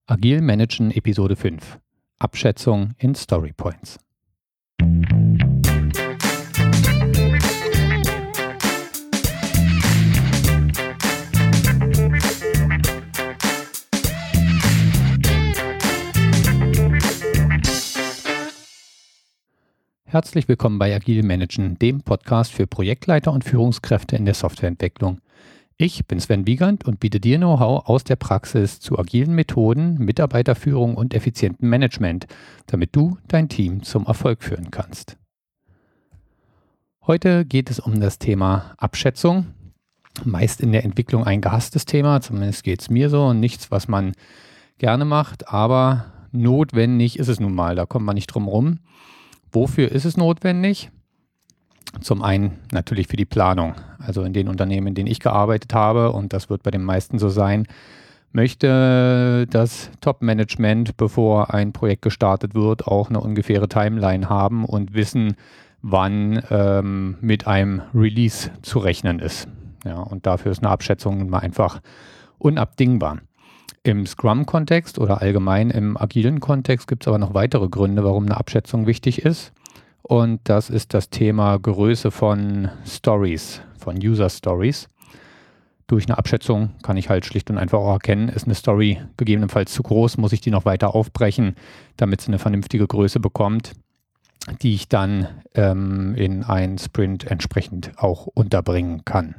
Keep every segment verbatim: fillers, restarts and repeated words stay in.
Agil Managen Episode fünf. Abschätzung in Storypoints. Herzlich willkommen bei Agil Managen, dem Podcast für Projektleiter und Führungskräfte in der Softwareentwicklung. Ich bin Sven Wiegand und biete dir Know-how aus der Praxis zu agilen Methoden, Mitarbeiterführung und effizientem Management, damit du dein Team zum Erfolg führen kannst. Heute geht es um das Thema Abschätzung. Meist in der Entwicklung ein gehasstes Thema, zumindest geht es mir so, und nichts, was man gerne macht, aber notwendig ist es nun mal, da kommt man nicht drum rum. Wofür ist es notwendig? Zum einen natürlich für die Planung. Also in den Unternehmen, in denen ich gearbeitet habe, und das wird bei den meisten so sein, möchte das Top-Management, bevor ein Projekt gestartet wird, auch eine ungefähre Timeline haben und wissen, wann ähm, mit einem Release zu rechnen ist. Ja, und dafür ist eine Abschätzung nun mal einfach unabdingbar. Im Scrum-Kontext oder allgemein im agilen Kontext gibt es aber noch weitere Gründe, warum eine Abschätzung wichtig ist. Und das ist das Thema Größe von Stories, von User-Stories. Durch eine Abschätzung kann ich halt schlicht und einfach auch erkennen, ist eine Story gegebenenfalls zu groß, muss ich die noch weiter aufbrechen, damit sie eine vernünftige Größe bekommt, die ich dann ähm, in einen Sprint entsprechend auch unterbringen kann.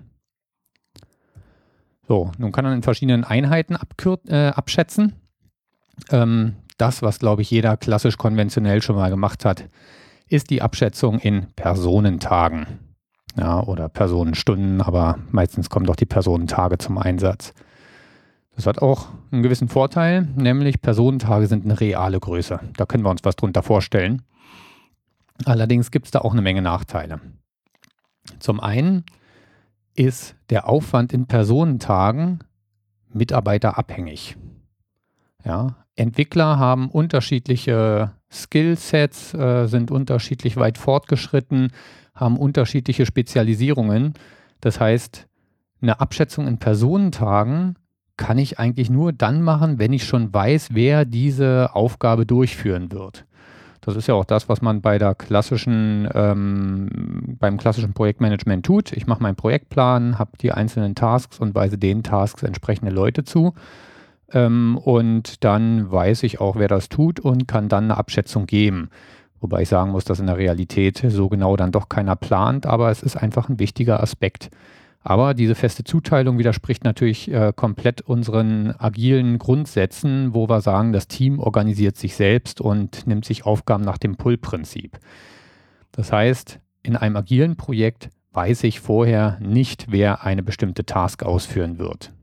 So, nun kann man in verschiedenen Einheiten abkür- äh, abschätzen. Ähm, das, was, glaube ich, jeder klassisch konventionell schon mal gemacht hat, ist die Abschätzung in Personentagen. Ja, oder Personenstunden, aber meistens kommen doch die Personentage zum Einsatz. Das hat auch einen gewissen Vorteil, nämlich Personentage sind eine reale Größe. Da können wir uns was drunter vorstellen. Allerdings gibt es da auch eine Menge Nachteile. Zum einen ist der Aufwand in Personentagen mitarbeiterabhängig. Ja, Entwickler haben unterschiedliche Skillsets, äh, sind unterschiedlich weit fortgeschritten, haben unterschiedliche Spezialisierungen. Das heißt, eine Abschätzung in Personentagen kann ich eigentlich nur dann machen, wenn ich schon weiß, wer diese Aufgabe durchführen wird. Das ist ja auch das, was man bei der klassischen, ähm, beim klassischen Projektmanagement tut. Ich mache meinen Projektplan, habe die einzelnen Tasks und weise den Tasks entsprechende Leute zu. Ähm, und dann weiß ich auch, wer das tut und kann dann eine Abschätzung geben. Wobei ich sagen muss, dass in der Realität so genau dann doch keiner plant, aber es ist einfach ein wichtiger Aspekt. Aber diese feste Zuteilung widerspricht natürlich äh, komplett unseren agilen Grundsätzen, wo wir sagen, das Team organisiert sich selbst und nimmt sich Aufgaben nach dem Pull-Prinzip. Das heißt, in einem agilen Projekt weiß ich vorher nicht, wer eine bestimmte Task ausführen wird.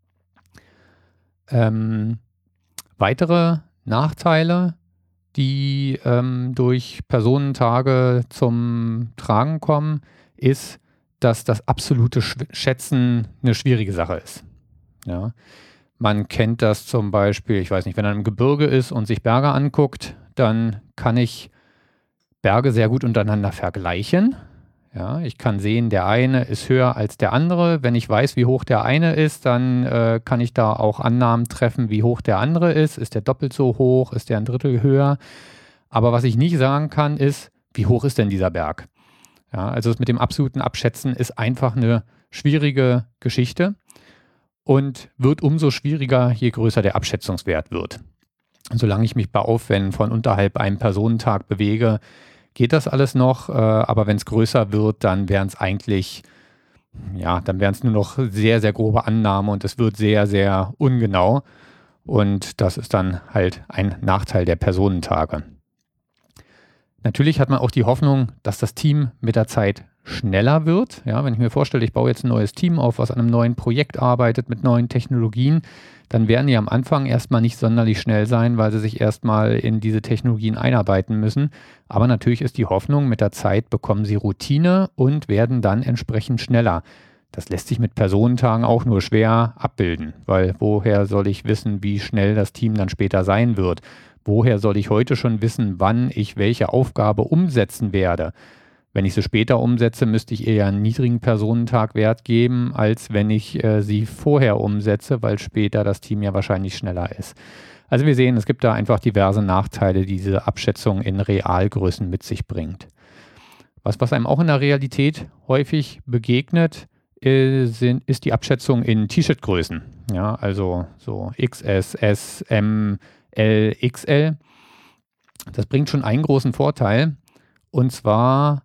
Ähm, weitere Nachteile, die ähm, durch Personentage zum Tragen kommen, ist, dass das absolute Schätzen eine schwierige Sache ist. Ja. Man kennt das zum Beispiel, ich weiß nicht, wenn man im Gebirge ist und sich Berge anguckt, dann kann ich Berge sehr gut untereinander vergleichen. Ja, ich kann sehen, der eine ist höher als der andere. Wenn ich weiß, wie hoch der eine ist, dann äh, kann ich da auch Annahmen treffen, wie hoch der andere ist. Ist der doppelt so hoch? Ist der ein Drittel höher? Aber was ich nicht sagen kann, ist, wie hoch ist denn dieser Berg? Ja, also das mit dem absoluten Abschätzen ist einfach eine schwierige Geschichte und wird umso schwieriger, je größer der Abschätzungswert wird. Solange ich mich bei Aufwänden von unterhalb einem Personentag bewege, geht das alles noch, äh, aber wenn es größer wird, dann wären es eigentlich, ja, dann wären es nur noch sehr, sehr grobe Annahmen und es wird sehr, sehr ungenau. Und das ist dann halt ein Nachteil der Personentage. Natürlich hat man auch die Hoffnung, dass das Team mit der Zeit schneller wird. Ja, wenn ich mir vorstelle, ich baue jetzt ein neues Team auf, was an einem neuen Projekt arbeitet mit neuen Technologien, dann werden die am Anfang erstmal nicht sonderlich schnell sein, weil sie sich erstmal in diese Technologien einarbeiten müssen. Aber natürlich ist die Hoffnung, mit der Zeit bekommen sie Routine und werden dann entsprechend schneller. Das lässt sich mit Personentagen auch nur schwer abbilden, weil woher soll ich wissen, wie schnell das Team dann später sein wird? Woher soll ich heute schon wissen, wann ich welche Aufgabe umsetzen werde? Wenn ich sie später umsetze, müsste ich eher einen niedrigen Personentagwert geben, als wenn ich äh, sie vorher umsetze, weil später das Team ja wahrscheinlich schneller ist. Also wir sehen, es gibt da einfach diverse Nachteile, die diese Abschätzung in Realgrößen mit sich bringt. Was, was einem auch in der Realität häufig begegnet, äh, sind, ist die Abschätzung in T-Shirt-Größen. Ja, also so X S, S, M, L, X L. Das bringt schon einen großen Vorteil, und zwar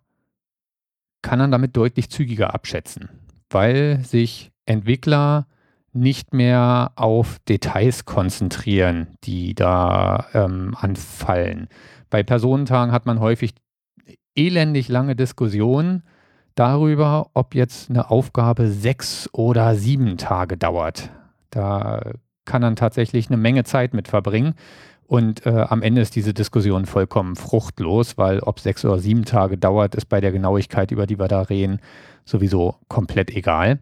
kann man damit deutlich zügiger abschätzen, weil sich Entwickler nicht mehr auf Details konzentrieren, die da ähm, anfallen. Bei Personentagen hat man häufig elendig lange Diskussionen darüber, ob jetzt eine Aufgabe sechs oder sieben Tage dauert. Da kann man tatsächlich eine Menge Zeit mit verbringen. Und äh, am Ende ist diese Diskussion vollkommen fruchtlos, weil ob sechs oder sieben Tage dauert, ist bei der Genauigkeit, über die wir da reden, sowieso komplett egal.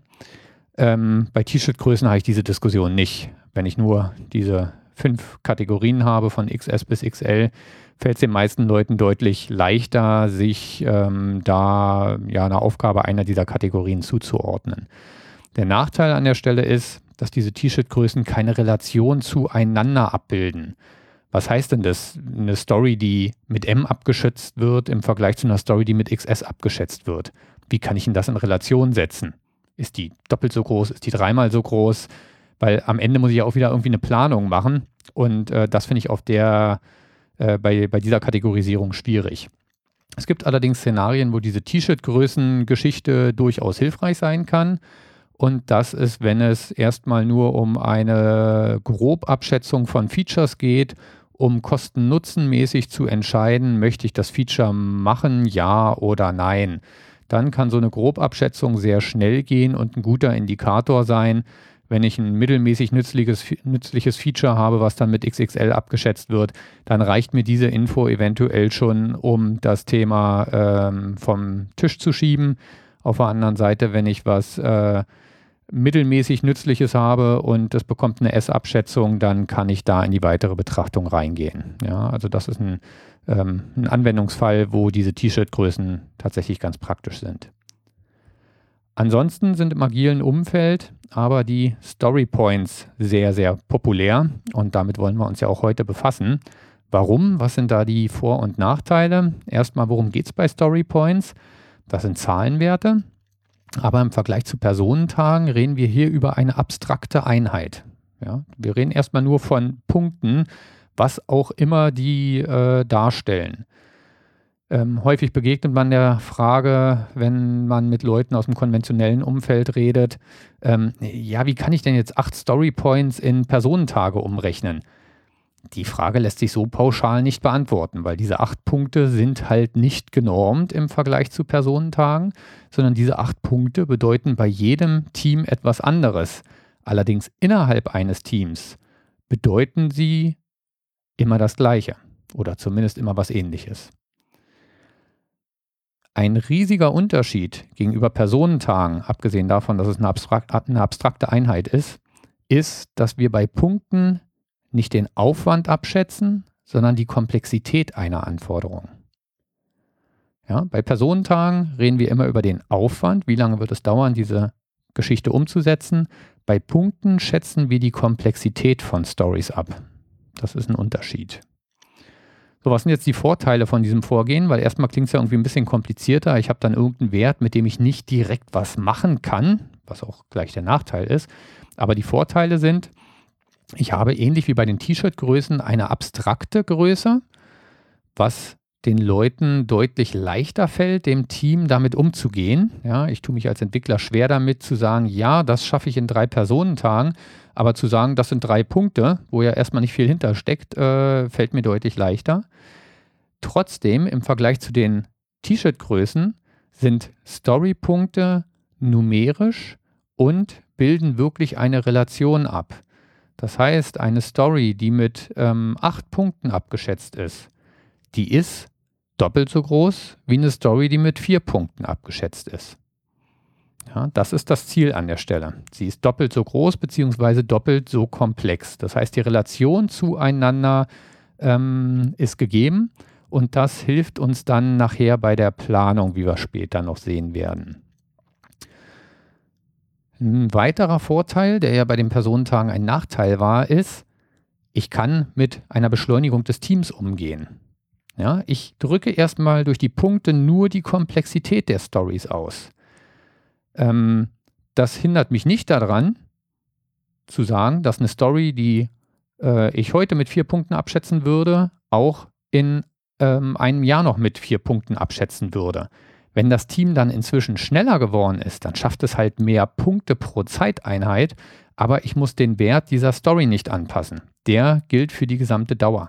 Ähm, bei T-Shirt-Größen habe ich diese Diskussion nicht. Wenn ich nur diese fünf Kategorien habe, von X S bis X L, fällt es den meisten Leuten deutlich leichter, sich ähm, da ja einer Aufgabe einer dieser Kategorien zuzuordnen. Der Nachteil an der Stelle ist, dass diese T-Shirt-Größen keine Relation zueinander abbilden. Was heißt denn das? Eine Story, die mit M abgeschätzt wird, im Vergleich zu einer Story, die mit X S abgeschätzt wird. Wie kann ich denn das in Relation setzen? Ist die doppelt so groß? Ist die dreimal so groß? Weil am Ende muss ich ja auch wieder irgendwie eine Planung machen. Und äh, das finde ich auf der, äh, bei, bei dieser Kategorisierung schwierig. Es gibt allerdings Szenarien, wo diese T-Shirt-Größen-Geschichte durchaus hilfreich sein kann. Und das ist, wenn es erstmal nur um eine Grobabschätzung von Features geht, um kosten-nutzen-mäßig zu entscheiden, möchte ich das Feature machen, ja oder nein. Dann kann so eine Grobabschätzung sehr schnell gehen und ein guter Indikator sein. Wenn ich ein mittelmäßig nützliches, nützliches Feature habe, was dann mit X X L abgeschätzt wird, dann reicht mir diese Info eventuell schon, um das Thema ähm, vom Tisch zu schieben. Auf der anderen Seite, wenn ich was äh, mittelmäßig Nützliches habe und das bekommt eine S-Abschätzung, dann kann ich da in die weitere Betrachtung reingehen. Ja, also das ist ein, ähm, ein Anwendungsfall, wo diese T-Shirt-Größen tatsächlich ganz praktisch sind. Ansonsten sind im agilen Umfeld aber die Story Points sehr, sehr populär und damit wollen wir uns ja auch heute befassen. Warum? Was sind da die Vor- und Nachteile? Erstmal, worum geht es bei Story Points? Das sind Zahlenwerte. Aber im Vergleich zu Personentagen reden wir hier über eine abstrakte Einheit. Ja, wir reden erstmal nur von Punkten, was auch immer die äh, darstellen. Ähm, häufig begegnet man der Frage, wenn man mit Leuten aus dem konventionellen Umfeld redet, ähm, ja, wie kann ich denn jetzt acht Story Points in Personentage umrechnen? Die Frage lässt sich so pauschal nicht beantworten, weil diese acht Punkte sind halt nicht genormt im Vergleich zu Personentagen, sondern diese acht Punkte bedeuten bei jedem Team etwas anderes. Allerdings innerhalb eines Teams bedeuten sie immer das Gleiche oder zumindest immer was Ähnliches. Ein riesiger Unterschied gegenüber Personentagen, abgesehen davon, dass es eine, abstrakt, eine abstrakte Einheit ist, ist, dass wir bei Punkten nicht den Aufwand abschätzen, sondern die Komplexität einer Anforderung. Ja, bei Personentagen reden wir immer über den Aufwand, wie lange wird es dauern, diese Geschichte umzusetzen. Bei Punkten schätzen wir die Komplexität von Stories ab. Das ist ein Unterschied. So, was sind jetzt die Vorteile von diesem Vorgehen? Weil erstmal klingt es ja irgendwie ein bisschen komplizierter. Ich habe dann irgendeinen Wert, mit dem ich nicht direkt was machen kann, was auch gleich der Nachteil ist. Aber die Vorteile sind, ich habe ähnlich wie bei den T-Shirt-Größen eine abstrakte Größe, was den Leuten deutlich leichter fällt, dem Team damit umzugehen. Ja, ich tue mich als Entwickler schwer damit zu sagen, ja, das schaffe ich in drei Personentagen, aber zu sagen, das sind drei Punkte, wo ja erstmal nicht viel hintersteckt, äh, fällt mir deutlich leichter. Trotzdem, im Vergleich zu den T-Shirt-Größen sind Story-Punkte numerisch und bilden wirklich eine Relation ab. Das heißt, eine Story, die mit ähm, acht Punkten abgeschätzt ist, die ist doppelt so groß wie eine Story, die mit vier Punkten abgeschätzt ist. Ja, das ist das Ziel an der Stelle. Sie ist doppelt so groß bzw. doppelt so komplex. Das heißt, die Relation zueinander ähm, ist gegeben und das hilft uns dann nachher bei der Planung, wie wir später noch sehen werden. Ein weiterer Vorteil, der ja bei den Personentagen ein Nachteil war, ist, ich kann mit einer Beschleunigung des Teams umgehen. Ja, ich drücke erstmal durch die Punkte nur die Komplexität der Stories aus. Ähm, das hindert mich nicht daran, zu sagen, dass eine Story, die äh, ich heute mit vier Punkten abschätzen würde, auch in ähm, einem Jahr noch mit vier Punkten abschätzen würde. Wenn das Team dann inzwischen schneller geworden ist, dann schafft es halt mehr Punkte pro Zeiteinheit, aber ich muss den Wert dieser Story nicht anpassen. Der gilt für die gesamte Dauer.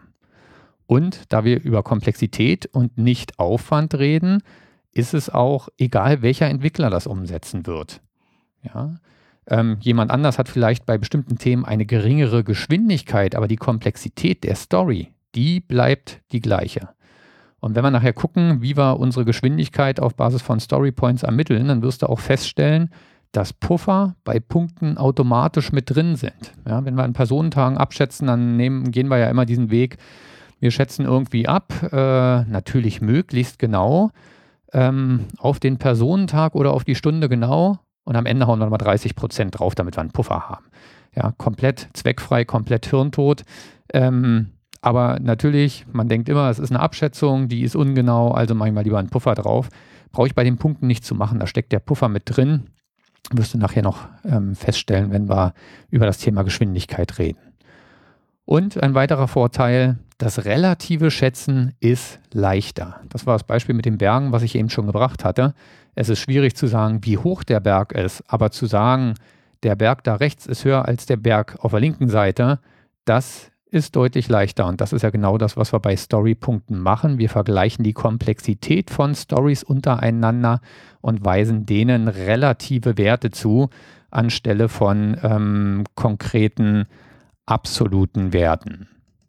Und da wir über Komplexität und nicht Aufwand reden, ist es auch egal, welcher Entwickler das umsetzen wird. Ja? Ähm, jemand anders hat vielleicht bei bestimmten Themen eine geringere Geschwindigkeit, aber die Komplexität der Story, die bleibt die gleiche. Und wenn wir nachher gucken, wie wir unsere Geschwindigkeit auf Basis von Storypoints ermitteln, dann wirst du auch feststellen, dass Puffer bei Punkten automatisch mit drin sind. Ja, wenn wir an Personentagen abschätzen, dann nehmen, gehen wir ja immer diesen Weg, wir schätzen irgendwie ab, äh, natürlich möglichst genau, ähm, auf den Personentag oder auf die Stunde genau und am Ende hauen wir nochmal dreißig Prozent drauf, damit wir einen Puffer haben. Ja, komplett zweckfrei, komplett hirntot. Ähm, Aber natürlich, man denkt immer, es ist eine Abschätzung, die ist ungenau, also mache ich mal lieber einen Puffer drauf. Brauche ich bei den Punkten nicht zu machen, da steckt der Puffer mit drin. Wirst du nachher noch ähm, feststellen, wenn wir über das Thema Geschwindigkeit reden. Und ein weiterer Vorteil, das relative Schätzen ist leichter. Das war das Beispiel mit den Bergen, was ich eben schon gebracht hatte. Es ist schwierig zu sagen, wie hoch der Berg ist, aber zu sagen, der Berg da rechts ist höher als der Berg auf der linken Seite, das ist deutlich leichter. Und das ist ja genau das, was wir bei Storypunkten machen. Wir vergleichen die Komplexität von Stories untereinander und weisen denen relative Werte zu, anstelle von ähm, konkreten, absoluten Werten.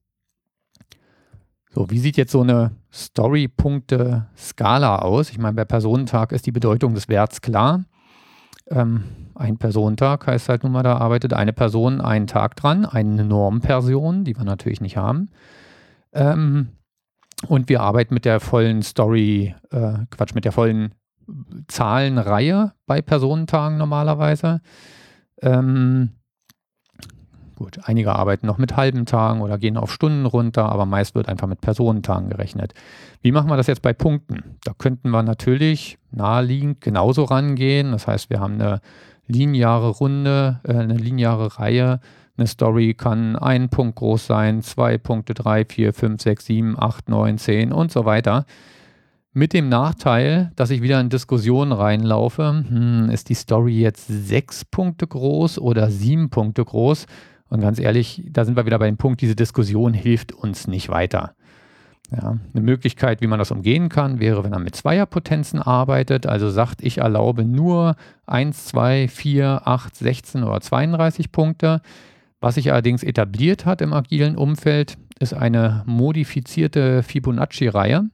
So, wie sieht jetzt so eine Storypunkte-Skala aus? Ich meine, bei Personentag ist die Bedeutung des Werts klar. Ähm, ein Personentag heißt halt nun mal, da arbeitet eine Person einen Tag dran, eine Normperson, die wir natürlich nicht haben. Ähm, und wir arbeiten mit der vollen Story, äh, Quatsch, mit der vollen Zahlenreihe bei Personentagen normalerweise. Ähm, gut, einige arbeiten noch mit halben Tagen oder gehen auf Stunden runter, aber meist wird einfach mit Personentagen gerechnet. Wie machen wir das jetzt bei Punkten? Da könnten wir natürlich naheliegend genauso rangehen. Das heißt, wir haben eine lineare Runde, äh, eine lineare Reihe. Eine Story kann ein Punkt groß sein, zwei Punkte, drei, vier, fünf, sechs, sieben, acht, neun, zehn und so weiter. Mit dem Nachteil, dass ich wieder in Diskussionen reinlaufe, hm, ist die Story jetzt sechs Punkte groß oder sieben Punkte groß? Und ganz ehrlich, da sind wir wieder bei dem Punkt, diese Diskussion hilft uns nicht weiter. Ja, eine Möglichkeit, wie man das umgehen kann, wäre, wenn man mit Zweierpotenzen arbeitet, also sagt, ich erlaube nur eins, zwei, vier, acht, sechzehn oder zweiunddreißig Punkte. Was sich allerdings etabliert hat im agilen Umfeld, ist eine modifizierte Fibonacci-Reihe.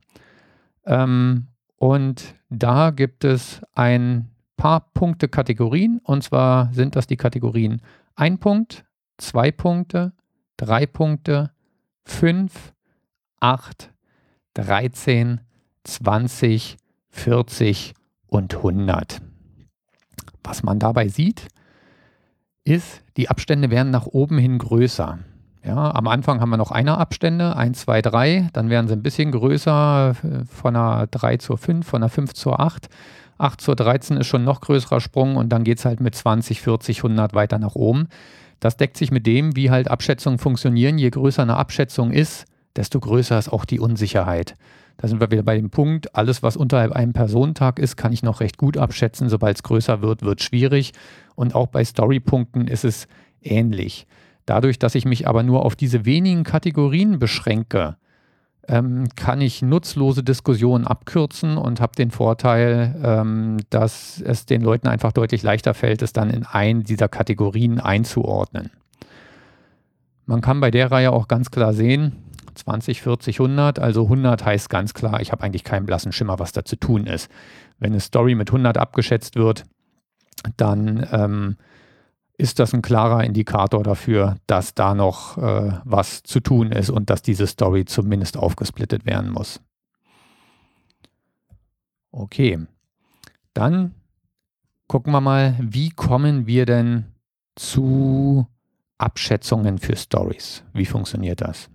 Ähm, und da gibt es ein paar Punkte-Kategorien, und zwar sind das die Kategorien ein Punkt, zwei Punkte, drei Punkte, fünf, acht, dreizehn, zwanzig, vierzig und hundert. Was man dabei sieht, ist, die Abstände werden nach oben hin größer. Ja, am Anfang haben wir noch Einer-Abstände, eins, zwei, drei, dann werden sie ein bisschen größer, von einer drei zur fünf, von einer fünf zur acht. acht zur dreizehn ist schon noch größerer Sprung und dann geht es halt mit zwanzig, vierzig, hundert weiter nach oben. Das deckt sich mit dem, wie halt Abschätzungen funktionieren. Je größer eine Abschätzung ist, desto größer ist auch die Unsicherheit. Da sind wir wieder bei dem Punkt, alles, was unterhalb einem Personentag ist, kann ich noch recht gut abschätzen. Sobald es größer wird, wird es schwierig. Und auch bei Storypunkten ist es ähnlich. Dadurch, dass ich mich aber nur auf diese wenigen Kategorien beschränke, ähm, kann ich nutzlose Diskussionen abkürzen und habe den Vorteil, ähm, dass es den Leuten einfach deutlich leichter fällt, es dann in eine dieser Kategorien einzuordnen. Man kann bei der Reihe auch ganz klar sehen, zwanzig, vierzig, hundert, also hundert heißt ganz klar, ich habe eigentlich keinen blassen Schimmer, was da zu tun ist. Wenn eine Story mit hundert abgeschätzt wird, dann ähm, ist das ein klarer Indikator dafür, dass da noch äh, was zu tun ist und dass diese Story zumindest aufgesplittet werden muss. Okay, dann gucken wir mal, wie kommen wir denn zu Abschätzungen für Stories? Wie funktioniert das?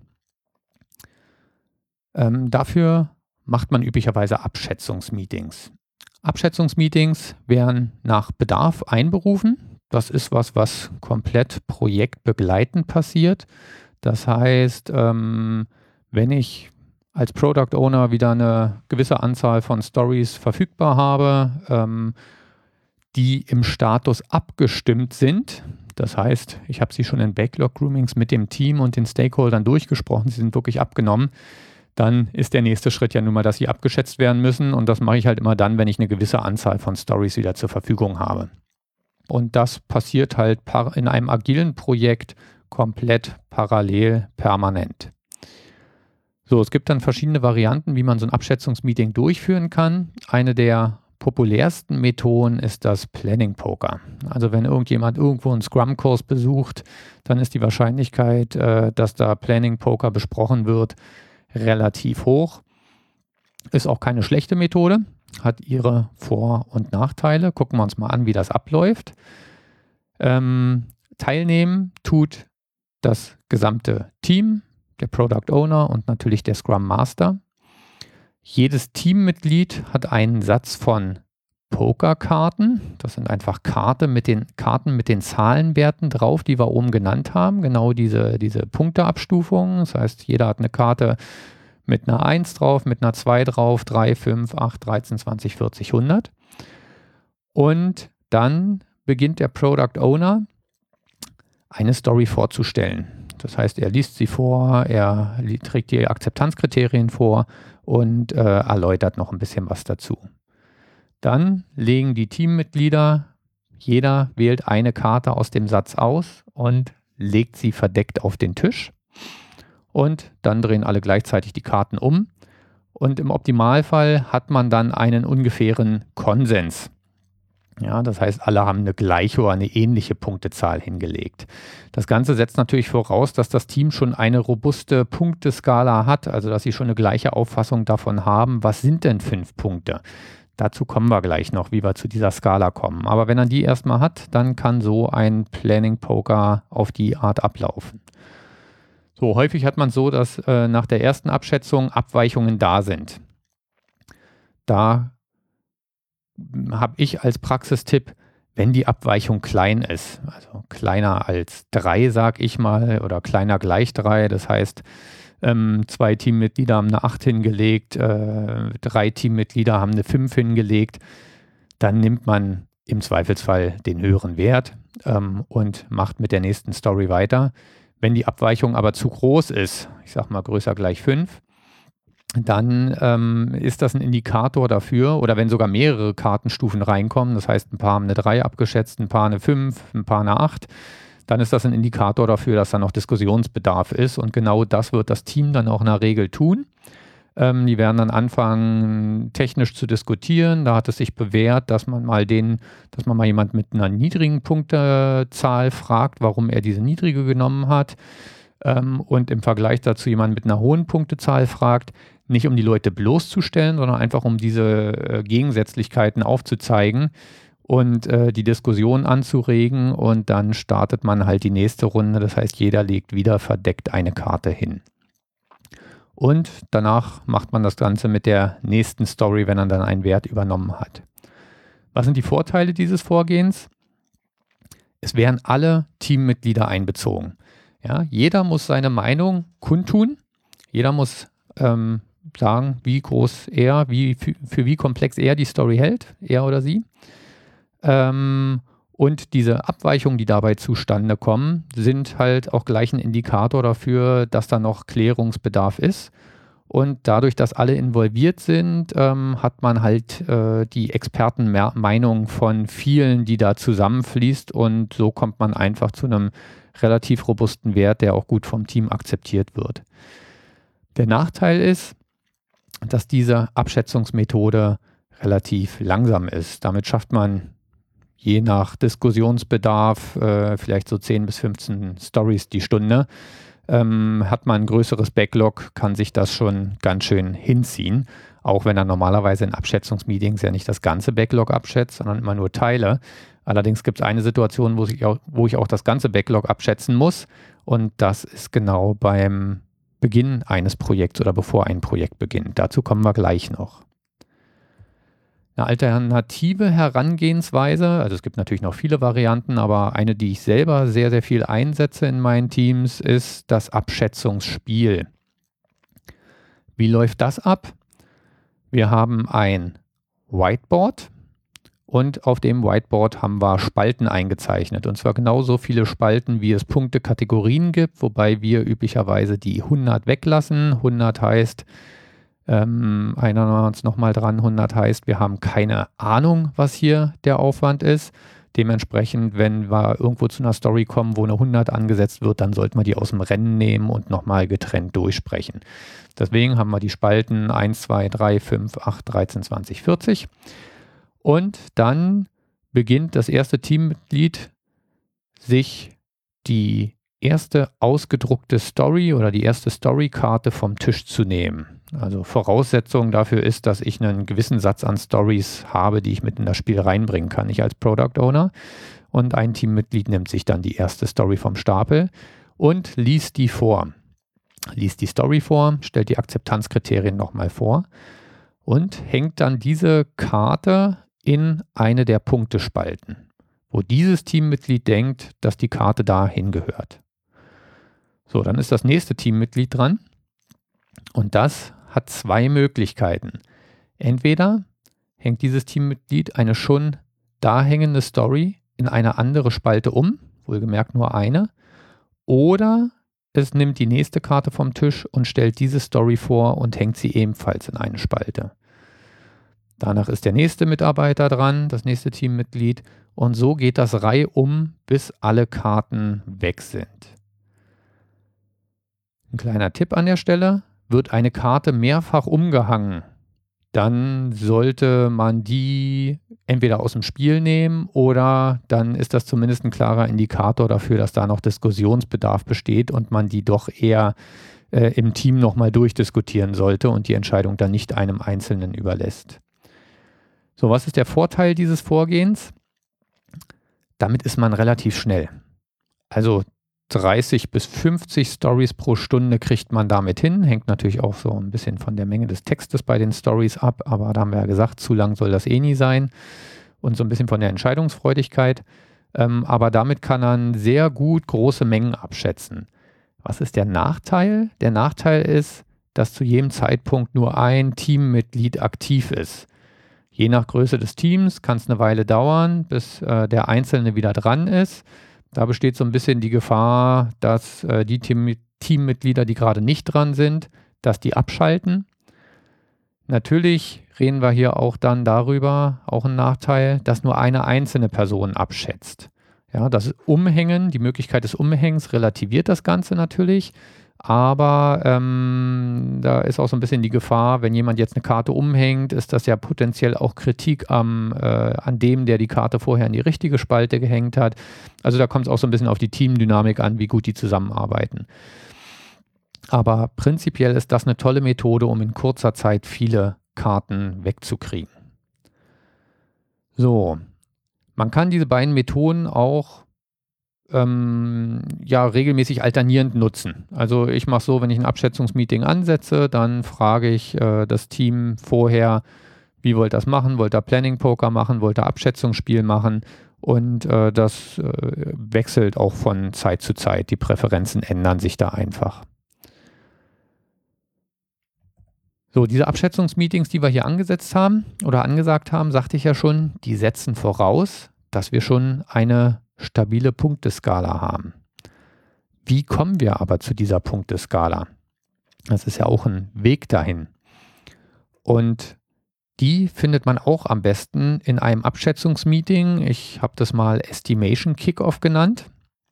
Ähm, dafür macht man üblicherweise Abschätzungsmeetings. Abschätzungsmeetings werden nach Bedarf einberufen. Das ist was, was komplett projektbegleitend passiert. Das heißt, ähm, wenn ich als Product Owner wieder eine gewisse Anzahl von Stories verfügbar habe, ähm, die im Status abgestimmt sind, das heißt, ich habe sie schon in Backlog-Groomings mit dem Team und den Stakeholdern durchgesprochen, sie sind wirklich abgenommen, dann ist der nächste Schritt ja nun mal, dass sie abgeschätzt werden müssen, und das mache ich halt immer dann, wenn ich eine gewisse Anzahl von Stories wieder zur Verfügung habe. Und das passiert halt in einem agilen Projekt komplett parallel, permanent. So, es gibt dann verschiedene Varianten, wie man so ein Abschätzungsmeeting durchführen kann. Eine der populärsten Methoden ist das Planning Poker. Also wenn irgendjemand irgendwo einen Scrum-Kurs besucht, dann ist die Wahrscheinlichkeit, äh, dass da Planning Poker besprochen wird, relativ hoch. Ist auch keine schlechte Methode, hat ihre Vor- und Nachteile. Gucken wir uns mal an, wie das abläuft. Ähm, teilnehmen tut das gesamte Team, der Product Owner und natürlich der Scrum Master. Jedes Teammitglied hat einen Satz von Pokerkarten. Das sind einfach Karte mit den, Karten mit den Zahlenwerten drauf, die wir oben genannt haben. Genau diese, diese Punkteabstufungen. Das heißt, jeder hat eine Karte mit einer eins drauf, mit einer zwei drauf, drei, fünf, acht, dreizehn, zwanzig, vierzig, hundert. Und dann beginnt der Product Owner, eine Story vorzustellen. Das heißt, er liest sie vor, er trägt die Akzeptanzkriterien vor und äh, erläutert noch ein bisschen was dazu. Dann legen die Teammitglieder, jeder wählt eine Karte aus dem Satz aus und legt sie verdeckt auf den Tisch. Und dann drehen alle gleichzeitig die Karten um. Und im Optimalfall hat man dann einen ungefähren Konsens. Ja, das heißt, alle haben eine gleiche oder eine ähnliche Punktezahl hingelegt. Das Ganze setzt natürlich voraus, dass das Team schon eine robuste Punkteskala hat, also dass sie schon eine gleiche Auffassung davon haben, was sind denn fünf Punkte. Dazu kommen wir gleich noch, wie wir zu dieser Skala kommen. Aber wenn er die erstmal hat, dann kann so ein Planning Poker auf die Art ablaufen. So, häufig hat man so, dass äh, nach der ersten Abschätzung Abweichungen da sind. Da habe ich als Praxistipp, wenn die Abweichung klein ist, also kleiner als drei, sag ich mal, oder kleiner gleich drei, das heißt, ähm, zwei Teammitglieder haben eine acht hingelegt, äh, drei Teammitglieder haben eine fünf hingelegt, dann nimmt man im Zweifelsfall den höheren Wert ähm, und macht mit der nächsten Story weiter. Wenn die Abweichung aber zu groß ist, ich sag mal größer gleich fünf, dann ähm, ist das ein Indikator dafür, oder wenn sogar mehrere Kartenstufen reinkommen, das heißt, ein paar haben eine drei abgeschätzt, ein paar eine fünf, ein paar eine acht, dann ist das ein Indikator dafür, dass da noch Diskussionsbedarf ist, und genau das wird das Team dann auch in der Regel tun. Ähm, die werden dann anfangen, technisch zu diskutieren. Da hat es sich bewährt, dass man mal den, dass man mal jemand mit einer niedrigen Punktezahl fragt, warum er diese niedrige genommen hat. Ähm, und im Vergleich dazu jemand mit einer hohen Punktezahl fragt, nicht um die Leute bloßzustellen, sondern einfach um diese äh, Gegensätzlichkeiten aufzuzeigen und äh, die Diskussion anzuregen, und dann startet man halt die nächste Runde. Das heißt, jeder legt wieder verdeckt eine Karte hin. Und danach macht man das Ganze mit der nächsten Story, wenn er dann einen Wert übernommen hat. Was sind die Vorteile dieses Vorgehens? Es werden alle Teammitglieder einbezogen. Ja, jeder muss seine Meinung kundtun. Jeder muss ähm, sagen, wie groß er, wie, für, für wie komplex er die Story hält, er oder sie. Ähm, und diese Abweichungen, die dabei zustande kommen, sind halt auch gleich ein Indikator dafür, dass da noch Klärungsbedarf ist. Und dadurch, dass alle involviert sind, ähm, hat man halt äh, die Expertenmeinung von vielen, die da zusammenfließt, und so kommt man einfach zu einem relativ robusten Wert, der auch gut vom Team akzeptiert wird. Der Nachteil ist, dass diese Abschätzungsmethode relativ langsam ist. Damit schafft man je nach Diskussionsbedarf äh, vielleicht so zehn bis fünfzehn Stories die Stunde. Ähm, hat man ein größeres Backlog, kann sich das schon ganz schön hinziehen. Auch wenn er normalerweise in Abschätzungsmeetings ja nicht das ganze Backlog abschätzt, sondern immer nur Teile. Allerdings gibt es eine Situation, wo ich, auch, wo ich auch das ganze Backlog abschätzen muss. Und das ist genau beim Beginn eines Projekts oder bevor ein Projekt beginnt. Dazu kommen wir gleich noch. Eine alternative Herangehensweise, also es gibt natürlich noch viele Varianten, aber eine, die ich selber sehr, sehr viel einsetze in meinen Teams, ist das Abschätzungsspiel. Wie läuft das ab? Wir haben ein Whiteboard und auf dem Whiteboard haben wir Spalten eingezeichnet. Und zwar genauso viele Spalten, wie es Punktekategorien gibt, wobei wir üblicherweise die hundert weglassen. hundert heißt, ähm, erinnern wir uns nochmal dran, hundert heißt, wir haben keine Ahnung, was hier der Aufwand ist. Dementsprechend, wenn wir irgendwo zu einer Story kommen, wo eine hundert angesetzt wird, dann sollten wir die aus dem Rennen nehmen und nochmal getrennt durchsprechen. Deswegen haben wir die Spalten eins, zwei, drei, fünf, acht, dreizehn, zwanzig, vierzig. Und dann beginnt das erste Teammitglied, sich die erste ausgedruckte Story oder die erste Storykarte vom Tisch zu nehmen. Also Voraussetzung dafür ist, dass ich einen gewissen Satz an Stories habe, die ich mit in das Spiel reinbringen kann, ich als Product Owner. Und ein Teammitglied nimmt sich dann die erste Story vom Stapel und liest die vor. Liest die Story vor, stellt die Akzeptanzkriterien nochmal vor und hängt dann diese Karte in eine der Punktespalten, wo dieses Teammitglied denkt, dass die Karte da hingehört. So, dann ist das nächste Teammitglied dran und das hat zwei Möglichkeiten. Entweder hängt dieses Teammitglied eine schon da hängende Story in eine andere Spalte um, wohlgemerkt nur eine, oder es nimmt die nächste Karte vom Tisch und stellt diese Story vor und hängt sie ebenfalls in eine Spalte. Danach ist der nächste Mitarbeiter dran, das nächste Teammitglied, und so geht das reihum, bis alle Karten weg sind. Ein kleiner Tipp an der Stelle: Wird eine Karte mehrfach umgehangen, dann sollte man die entweder aus dem Spiel nehmen oder dann ist das zumindest ein klarer Indikator dafür, dass da noch Diskussionsbedarf besteht und man die doch eher äh, im Team nochmal durchdiskutieren sollte und die Entscheidung dann nicht einem Einzelnen überlässt. So, was ist der Vorteil dieses Vorgehens? Damit ist man relativ schnell. Also dreißig bis fünfzig Stories pro Stunde kriegt man damit hin. Hängt natürlich auch so ein bisschen von der Menge des Textes bei den Stories ab, aber da haben wir ja gesagt, zu lang soll das eh nie sein. Und so ein bisschen von der Entscheidungsfreudigkeit. Ähm, aber damit kann man sehr gut große Mengen abschätzen. Was ist der Nachteil? Der Nachteil ist, dass zu jedem Zeitpunkt nur ein Teammitglied aktiv ist. Je nach Größe des Teams kann es eine Weile dauern, bis äh, der Einzelne wieder dran ist. Da besteht so ein bisschen die Gefahr, dass äh, die Team Teammitglieder, die gerade nicht dran sind, dass die abschalten. Natürlich reden wir hier auch dann darüber, auch ein Nachteil, dass nur eine einzelne Person abschätzt. Ja, das Umhängen, die Möglichkeit des Umhängens relativiert das Ganze natürlich. Aber ähm, da ist auch so ein bisschen die Gefahr, wenn jemand jetzt eine Karte umhängt, ist das ja potenziell auch Kritik am, äh, an dem, der die Karte vorher in die richtige Spalte gehängt hat. Also da kommt es auch so ein bisschen auf die Teamdynamik an, wie gut die zusammenarbeiten. Aber prinzipiell ist das eine tolle Methode, um in kurzer Zeit viele Karten wegzukriegen. So, man kann diese beiden Methoden auch Ähm, ja, regelmäßig alternierend nutzen. Also ich mache so, wenn ich ein Abschätzungsmeeting ansetze, dann frage ich äh, das Team vorher, wie wollt ihr das machen? Wollt ihr Planning Poker machen? Wollt ihr Abschätzungsspiel machen? Und äh, das äh, wechselt auch von Zeit zu Zeit. Die Präferenzen ändern sich da einfach. So, diese Abschätzungsmeetings, die wir hier angesetzt haben oder angesagt haben, sagte ich ja schon, die setzen voraus, dass wir schon eine stabile Punkteskala haben. Wie kommen wir aber zu dieser Punkteskala? Das ist ja auch ein Weg dahin. Und die findet man auch am besten in einem Abschätzungsmeeting. Ich habe das mal Estimation Kickoff genannt.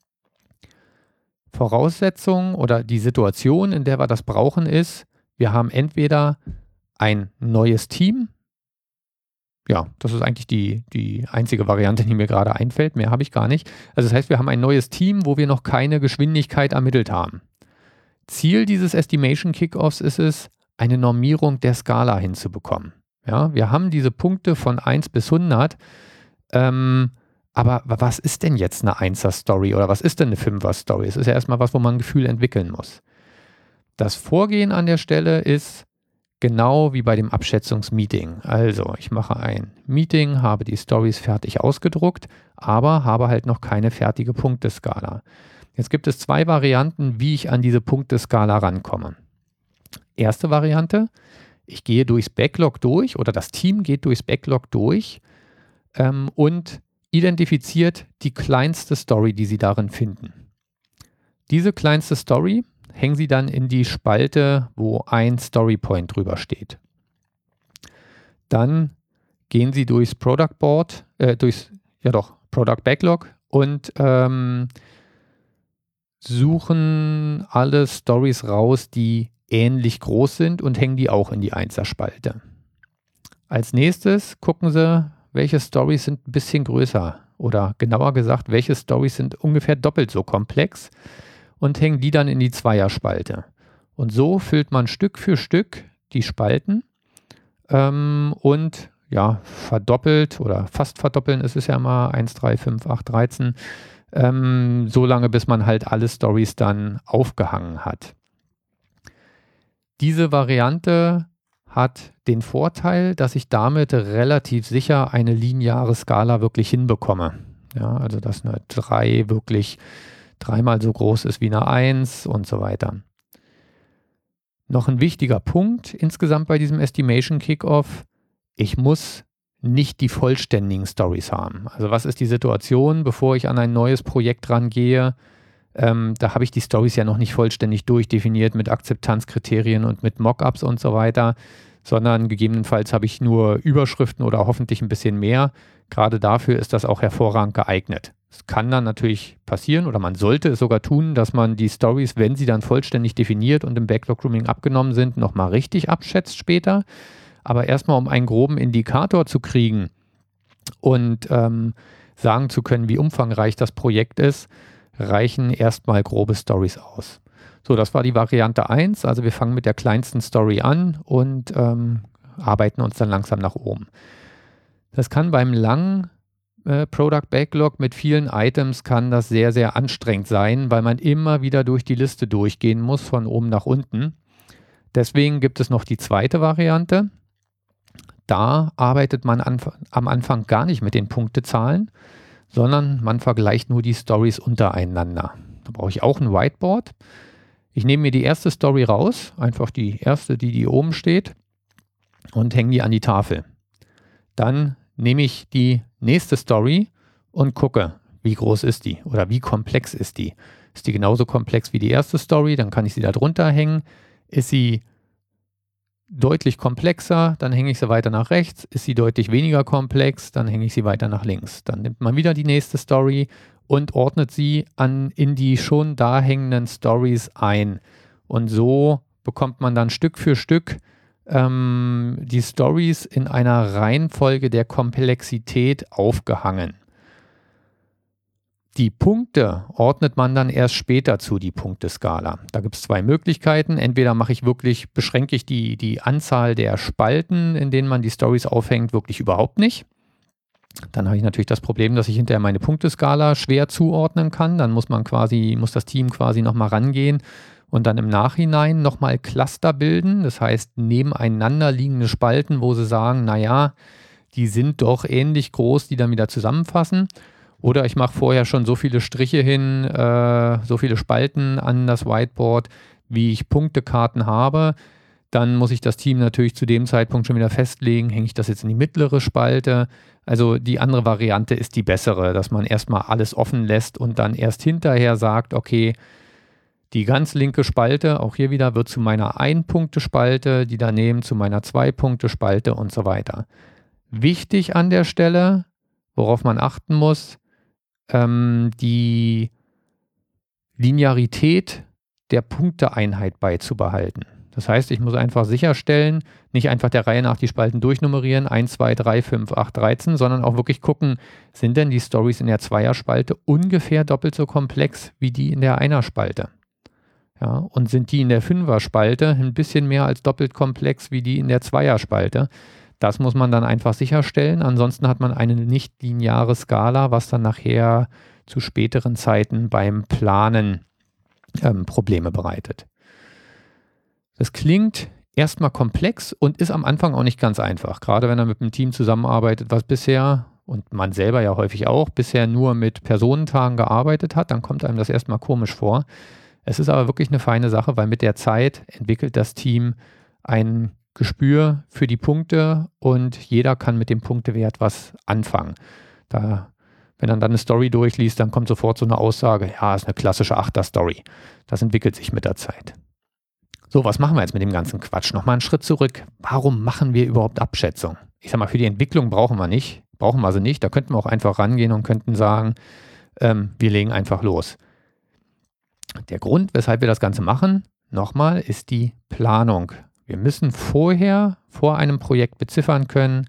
Voraussetzung oder die Situation, in der wir das brauchen, ist, wir haben entweder ein neues Team. Ja, das ist eigentlich die, die einzige Variante, die mir gerade einfällt. Mehr habe ich gar nicht. Also das heißt, wir haben ein neues Team, wo wir noch keine Geschwindigkeit ermittelt haben. Ziel dieses Estimation Kickoffs ist es, eine Normierung der Skala hinzubekommen. Ja, wir haben diese Punkte von eins bis hundert, ähm, aber was ist denn jetzt eine Einser-Story oder was ist denn eine Fünfer-Story? Es ist ja erstmal was, wo man ein Gefühl entwickeln muss. Das Vorgehen an der Stelle ist genau wie bei dem Abschätzungsmeeting. Also ich mache ein Meeting, habe die Stories fertig ausgedruckt, aber habe halt noch keine fertige Punkteskala. Jetzt gibt es zwei Varianten, wie ich an diese Punkteskala rankomme. Erste Variante, ich gehe durchs Backlog durch oder das Team geht durchs Backlog durch ähm, und identifiziert die kleinste Story, die sie darin finden. Diese kleinste Story hängen sie dann in die Spalte, wo ein Storypoint drüber steht. Dann gehen sie durchs Product Board, äh, durchs, ja doch, Product Backlog und ähm, suchen alle Stories raus, die ähnlich groß sind und hängen die auch in die Einser-Spalte. Als nächstes gucken sie, welche Stories sind ein bisschen größer oder genauer gesagt, welche Stories sind ungefähr doppelt so komplex und hängen die dann in die Zweierspalte. Und so füllt man Stück für Stück die Spalten ähm, und ja, verdoppelt oder fast verdoppeln, es ist ja mal eins, drei, fünf, acht, dreizehn, ähm, so lange, bis man halt alle Stories dann aufgehangen hat. Diese Variante hat den Vorteil, dass ich damit relativ sicher eine lineare Skala wirklich hinbekomme. Ja, also dass eine drei wirklich dreimal so groß ist wie eine eins und so weiter. Noch ein wichtiger Punkt insgesamt bei diesem Estimation Kickoff, ich muss nicht die vollständigen Stories haben. Also was ist die Situation, bevor ich an ein neues Projekt rangehe? Ähm, da habe ich die Stories ja noch nicht vollständig durchdefiniert mit Akzeptanzkriterien und mit Mockups und so weiter, sondern gegebenenfalls habe ich nur Überschriften oder hoffentlich ein bisschen mehr. Gerade dafür ist das auch hervorragend geeignet. Es kann dann natürlich passieren oder man sollte es sogar tun, dass man die Stories, wenn sie dann vollständig definiert und im Backlog-Grooming abgenommen sind, nochmal richtig abschätzt später. Aber erstmal, um einen groben Indikator zu kriegen und ähm, sagen zu können, wie umfangreich das Projekt ist, reichen erstmal grobe Stories aus. So, das war die Variante eins. Also wir fangen mit der kleinsten Story an und ähm, arbeiten uns dann langsam nach oben. Das kann beim langen äh, Product Backlog mit vielen Items kann das sehr, sehr anstrengend sein, weil man immer wieder durch die Liste durchgehen muss, von oben nach unten. Deswegen gibt es noch die zweite Variante. Da arbeitet man an, am Anfang gar nicht mit den Punktezahlen, sondern man vergleicht nur die Stories untereinander. Da brauche ich auch ein Whiteboard. Ich nehme mir die erste Story raus, einfach die erste, die, die oben steht, und hänge die an die Tafel. Dann nehme ich die nächste Story und gucke, wie groß ist die oder wie komplex ist die. Ist die genauso komplex wie die erste Story, dann kann ich sie da drunter hängen. Ist sie deutlich komplexer, dann hänge ich sie weiter nach rechts. Ist sie deutlich weniger komplex, dann hänge ich sie weiter nach links. Dann nimmt man wieder die nächste Story und ordnet sie an, in die schon da hängenden Stories ein. Und so bekommt man dann Stück für Stück ähm, die Stories in einer Reihenfolge der Komplexität aufgehangen. Die Punkte ordnet man dann erst später zu, die Punkteskala. Da gibt es zwei Möglichkeiten. Entweder mache ich wirklich, beschränke ich die, die Anzahl der Spalten, in denen man die Stories aufhängt, wirklich überhaupt nicht. Dann habe ich natürlich das Problem, dass ich hinterher meine Punkteskala schwer zuordnen kann. Dann muss man quasi, muss das Team quasi nochmal rangehen und dann im Nachhinein nochmal Cluster bilden. Das heißt, nebeneinander liegende Spalten, wo sie sagen, naja, die sind doch ähnlich groß, die dann wieder zusammenfassen. Oder ich mache vorher schon so viele Striche hin, äh, so viele Spalten an das Whiteboard, wie ich Punktekarten habe. Dann muss ich das Team natürlich zu dem Zeitpunkt schon wieder festlegen, hänge ich das jetzt in die mittlere Spalte. Also die andere Variante ist die bessere, dass man erstmal alles offen lässt und dann erst hinterher sagt, okay, die ganz linke Spalte, auch hier wieder, wird zu meiner Ein-Punkte-Spalte, die daneben zu meiner Zwei-Punkte-Spalte und so weiter. Wichtig an der Stelle, worauf man achten muss, ähm, die Linearität der Punkteeinheit beizubehalten. Das heißt, ich muss einfach sicherstellen, nicht einfach der Reihe nach die Spalten durchnummerieren, eins, zwei, drei, fünf, acht, dreizehn, sondern auch wirklich gucken, sind denn die Stories in der Zweierspalte ungefähr doppelt so komplex wie die in der Einer-Spalte? Ja, und sind die in der Fünfer-Spalte ein bisschen mehr als doppelt komplex wie die in der Zweier-Spalte. Das muss man dann einfach sicherstellen. Ansonsten hat man eine nicht lineare Skala, was dann nachher zu späteren Zeiten beim Planen ähm, Probleme bereitet. Das klingt erstmal komplex und ist am Anfang auch nicht ganz einfach. Gerade wenn er mit einem Team zusammenarbeitet, was bisher, und man selber ja häufig auch, bisher nur mit Personentagen gearbeitet hat, dann kommt einem das erstmal komisch vor. Es ist aber wirklich eine feine Sache, weil mit der Zeit entwickelt das Team ein Gespür für die Punkte und jeder kann mit dem Punktewert was anfangen. Da, wenn man dann eine Story durchliest, dann kommt sofort so eine Aussage, ja, ist eine klassische Achter-Story. Das entwickelt sich mit der Zeit. So, was machen wir jetzt mit dem ganzen Quatsch? Nochmal einen Schritt zurück. Warum machen wir überhaupt Abschätzung? Ich sag mal, für die Entwicklung brauchen wir nicht, brauchen wir sie nicht. Da könnten wir auch einfach rangehen und könnten sagen, ähm, wir legen einfach los. Der Grund, weshalb wir das Ganze machen, nochmal, ist die Planung. Wir müssen vorher, vor einem Projekt beziffern können,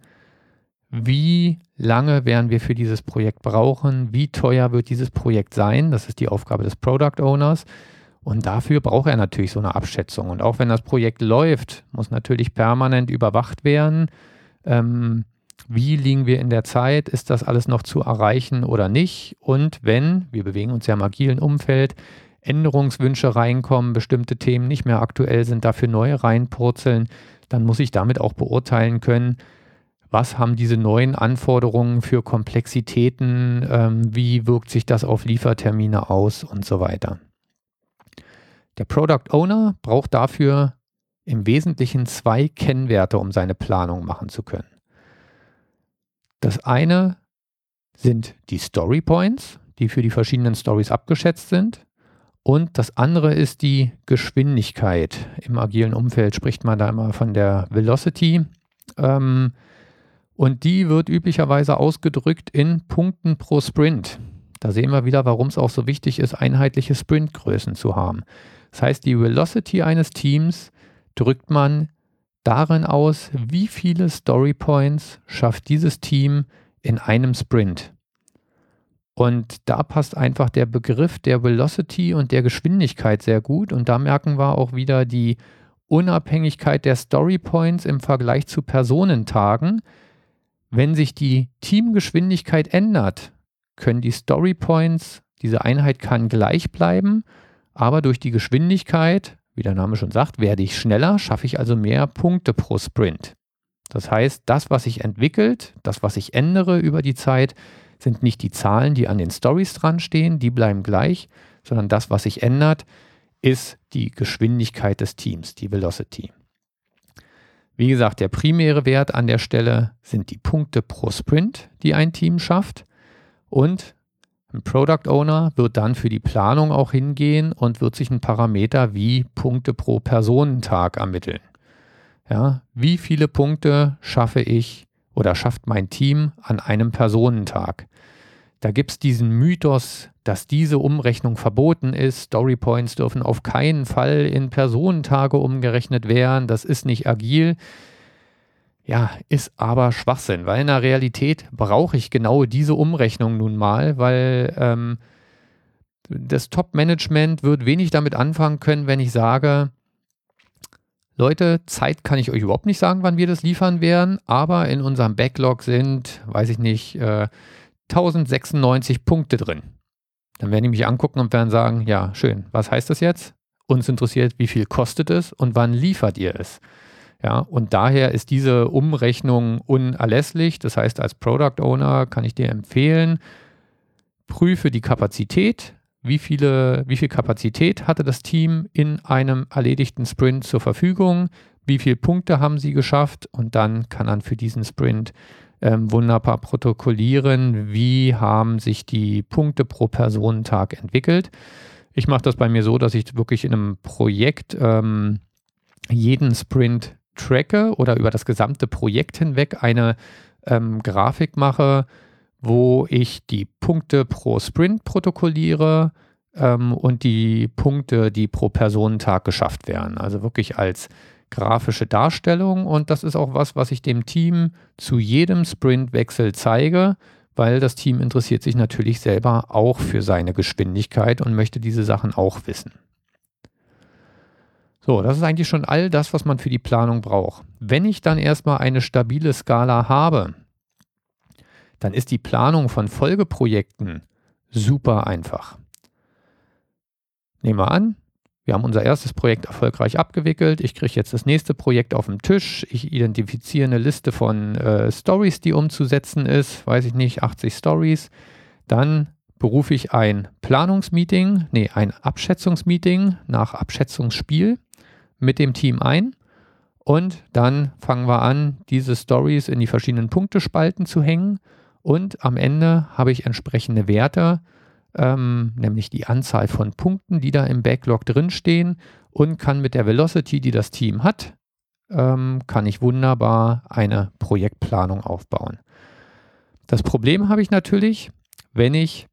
wie lange werden wir für dieses Projekt brauchen, wie teuer wird dieses Projekt sein. Das ist die Aufgabe des Product Owners. Und dafür braucht er natürlich so eine Abschätzung. Und auch wenn das Projekt läuft, muss natürlich permanent überwacht werden. Ähm, wie liegen wir in der Zeit? Ist das alles noch zu erreichen oder nicht? Und wenn, wir bewegen uns ja im agilen Umfeld, Änderungswünsche reinkommen, bestimmte Themen nicht mehr aktuell sind, dafür neue reinpurzeln, dann muss ich damit auch beurteilen können, was haben diese neuen Anforderungen für Komplexitäten, ähm, wie wirkt sich das auf Liefertermine aus und so weiter. Der Product Owner braucht dafür im Wesentlichen zwei Kennwerte, um seine Planung machen zu können. Das eine sind die Story Points, die für die verschiedenen Stories abgeschätzt sind. Und das andere ist die Geschwindigkeit. Im agilen Umfeld spricht man da immer von der Velocity. Ähm, und die wird üblicherweise ausgedrückt in Punkten pro Sprint. Da sehen wir wieder, warum es auch so wichtig ist, einheitliche Sprintgrößen zu haben. Das heißt, die Velocity eines Teams drückt man darin aus, wie viele Story Points schafft dieses Team in einem Sprint. Und da passt einfach der Begriff der Velocity und der Geschwindigkeit sehr gut. Und da merken wir auch wieder die Unabhängigkeit der Story Points im Vergleich zu Personentagen. Wenn sich die Teamgeschwindigkeit ändert, können die Story Points, diese Einheit kann gleich bleiben, aber durch die Geschwindigkeit, wie der Name schon sagt, werde ich schneller, schaffe ich also mehr Punkte pro Sprint. Das heißt, das, was sich entwickelt, das, was ich ändere über die Zeit, sind nicht die Zahlen, die an den Stories dran stehen, die bleiben gleich, sondern das, was sich ändert, ist die Geschwindigkeit des Teams, die Velocity. Wie gesagt, der primäre Wert an der Stelle sind die Punkte pro Sprint, die ein Team schafft. Und ein Product Owner wird dann für die Planung auch hingehen und wird sich ein Parameter wie Punkte pro Personentag ermitteln. Ja, wie viele Punkte schaffe ich oder schafft mein Team an einem Personentag? Da gibt es diesen Mythos, dass diese Umrechnung verboten ist. Story Points dürfen auf keinen Fall in Personentage umgerechnet werden. Das ist nicht agil. Ja, ist aber Schwachsinn, weil in der Realität brauche ich genau diese Umrechnung nun mal, weil ähm, das Top-Management wird wenig damit anfangen können, wenn ich sage, Leute, Zeit kann ich euch überhaupt nicht sagen, wann wir das liefern werden, aber in unserem Backlog sind, weiß ich nicht, äh, tausendsechsundneunzig Punkte drin. Dann werden die mich angucken und werden sagen, ja, schön, was heißt das jetzt? Uns interessiert, wie viel kostet es und wann liefert ihr es? Ja, und daher ist diese Umrechnung unerlässlich. Das heißt, als Product Owner kann ich dir empfehlen, prüfe die Kapazität. Wie viele, wie viel Kapazität hatte das Team in einem erledigten Sprint zur Verfügung? Wie viele Punkte haben sie geschafft? Und dann kann man für diesen Sprint ähm, wunderbar protokollieren, wie haben sich die Punkte pro Personentag entwickelt. Ich mache das bei mir so, dass ich wirklich in einem Projekt ähm, jeden Sprint tracke oder über das gesamte Projekt hinweg eine ähm, Grafik mache, wo ich die Punkte pro Sprint protokolliere ähm, und die Punkte, die pro Personentag geschafft werden. Also wirklich als grafische Darstellung. Und das ist auch was, was ich dem Team zu jedem Sprintwechsel zeige, weil das Team interessiert sich natürlich selber auch für seine Geschwindigkeit und möchte diese Sachen auch wissen. So, das ist eigentlich schon all das, was man für die Planung braucht. Wenn ich dann erstmal eine stabile Skala habe, dann ist die Planung von Folgeprojekten super einfach. Nehmen wir an, wir haben unser erstes Projekt erfolgreich abgewickelt. Ich kriege jetzt das nächste Projekt auf den Tisch. Ich identifiziere eine Liste von äh, Stories, die umzusetzen ist. Weiß ich nicht, achtzig Stories. Dann berufe ich ein Planungsmeeting, nee, ein Abschätzungsmeeting nach Abschätzungsspiel mit dem Team ein. Und dann fangen wir an, diese Stories in die verschiedenen Punktespalten zu hängen. Und am Ende habe ich entsprechende Werte, Ähm, nämlich die Anzahl von Punkten, die da im Backlog drinstehen, und kann mit der Velocity, die das Team hat, ähm, kann ich wunderbar eine Projektplanung aufbauen. Das Problem habe ich natürlich, wenn ich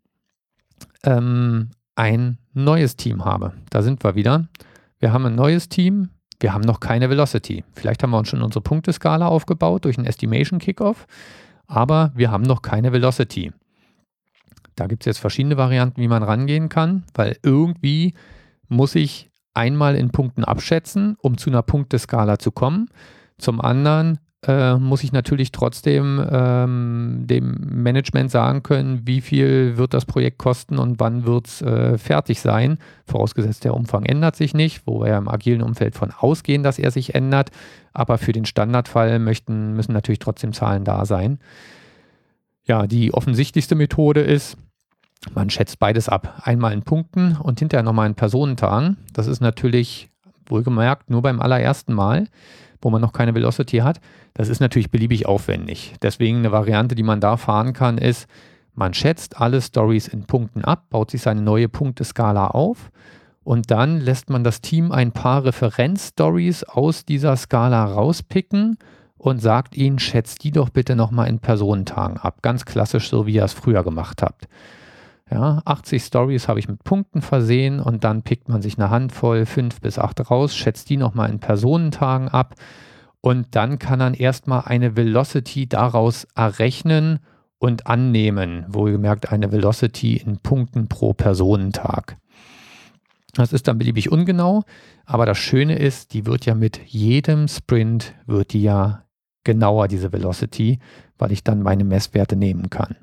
ähm, ein neues Team habe. Da sind wir wieder. Wir haben ein neues Team, wir haben noch keine Velocity. Vielleicht haben wir uns schon unsere Punkteskala aufgebaut durch einen Estimation Kickoff, aber wir haben noch keine Velocity. Da gibt es jetzt verschiedene Varianten, wie man rangehen kann, weil irgendwie muss ich einmal in Punkten abschätzen, um zu einer Punkteskala zu kommen. Zum anderen äh, muss ich natürlich trotzdem ähm, dem Management sagen können, wie viel wird das Projekt kosten und wann wird es äh, fertig sein. Vorausgesetzt, der Umfang ändert sich nicht, wo wir ja im agilen Umfeld von ausgehen, dass er sich ändert. Aber für den Standardfall möchten, müssen natürlich trotzdem Zahlen da sein. Ja, die offensichtlichste Methode ist, man schätzt beides ab. Einmal in Punkten und hinterher nochmal in Personentagen. Das ist natürlich, wohlgemerkt, nur beim allerersten Mal, wo man noch keine Velocity hat. Das ist natürlich beliebig aufwendig. Deswegen eine Variante, die man da fahren kann, ist, man schätzt alle Stories in Punkten ab, baut sich seine neue Punkteskala auf und dann lässt man das Team ein paar Referenzstories aus dieser Skala rauspicken und sagt ihnen, schätzt die doch bitte nochmal in Personentagen ab. Ganz klassisch, so wie ihr es früher gemacht habt. Ja, achtzig Stories habe ich mit Punkten versehen und dann pickt man sich eine Handvoll, fünf bis acht raus, schätzt die nochmal in Personentagen ab und dann kann man erstmal eine Velocity daraus errechnen und annehmen. Wohlgemerkt eine Velocity in Punkten pro Personentag. Das ist dann beliebig ungenau, aber das Schöne ist, die wird ja mit jedem Sprint, wird die ja genauer, diese Velocity, weil ich dann meine Messwerte nehmen kann.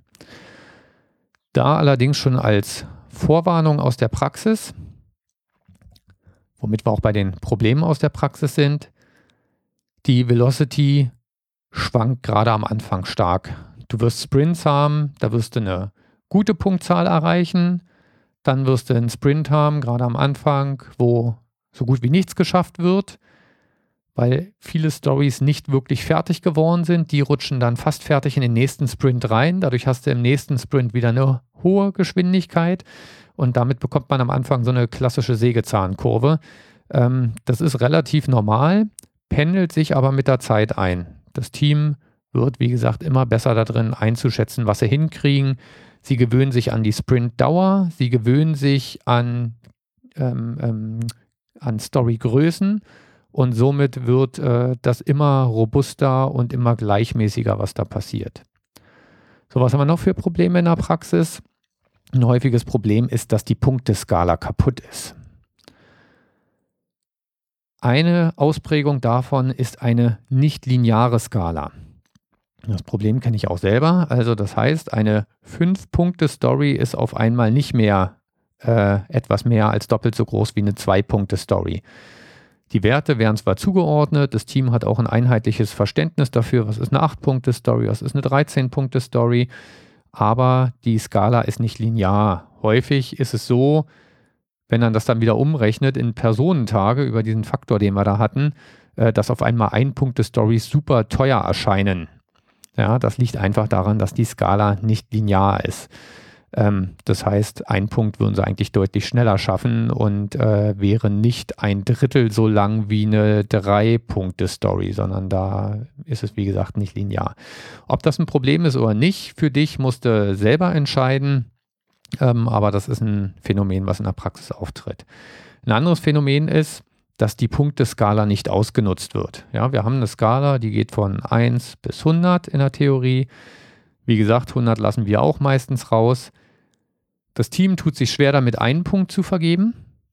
Da allerdings schon als Vorwarnung aus der Praxis, womit wir auch bei den Problemen aus der Praxis sind, die Velocity schwankt gerade am Anfang stark. Du wirst Sprints haben, da wirst du eine gute Punktzahl erreichen, dann wirst du einen Sprint haben, gerade am Anfang, wo so gut wie nichts geschafft wird, weil viele Stories nicht wirklich fertig geworden sind. Die rutschen dann fast fertig in den nächsten Sprint rein. Dadurch hast du im nächsten Sprint wieder eine hohe Geschwindigkeit und damit bekommt man am Anfang so eine klassische Sägezahnkurve. Ähm, das ist relativ normal, pendelt sich aber mit der Zeit ein. Das Team wird, wie gesagt, immer besser darin einzuschätzen, was sie hinkriegen. Sie gewöhnen sich an die Sprintdauer, sie gewöhnen sich an, ähm, ähm, an Storygrößen. Und somit wird äh, das immer robuster und immer gleichmäßiger, was da passiert. So, was haben wir noch für Probleme in der Praxis? Ein häufiges Problem ist, dass die Punkteskala kaputt ist. Eine Ausprägung davon ist eine nicht-lineare Skala. Das Problem kenne ich auch selber. Also das heißt, eine fünf-Punkte-Story ist auf einmal nicht mehr äh, etwas mehr als doppelt so groß wie eine zwei-Punkte-Story. Die Werte werden zwar zugeordnet, das Team hat auch ein einheitliches Verständnis dafür, was ist eine acht-Punkte-Story, was ist eine dreizehn-Punkte-Story, aber die Skala ist nicht linear. Häufig ist es so, wenn man das dann wieder umrechnet in Personentage über diesen Faktor, den wir da hatten, äh, dass auf einmal Ein-Punkte-Stories super teuer erscheinen. Ja, das liegt einfach daran, dass die Skala nicht linear ist. Ähm, das heißt, ein Punkt würden sie eigentlich deutlich schneller schaffen und äh, wäre nicht ein Drittel so lang wie eine Drei-Punkte-Story, sondern da ist es, wie gesagt, nicht linear. Ob das ein Problem ist oder nicht, für dich musst du selber entscheiden, ähm, aber das ist ein Phänomen, was in der Praxis auftritt. Ein anderes Phänomen ist, dass die Punkteskala nicht ausgenutzt wird. Ja, wir haben eine Skala, die geht von eins bis hundert in der Theorie. Wie gesagt, hundert lassen wir auch meistens raus. Das Team tut sich schwer damit, einen Punkt zu vergeben.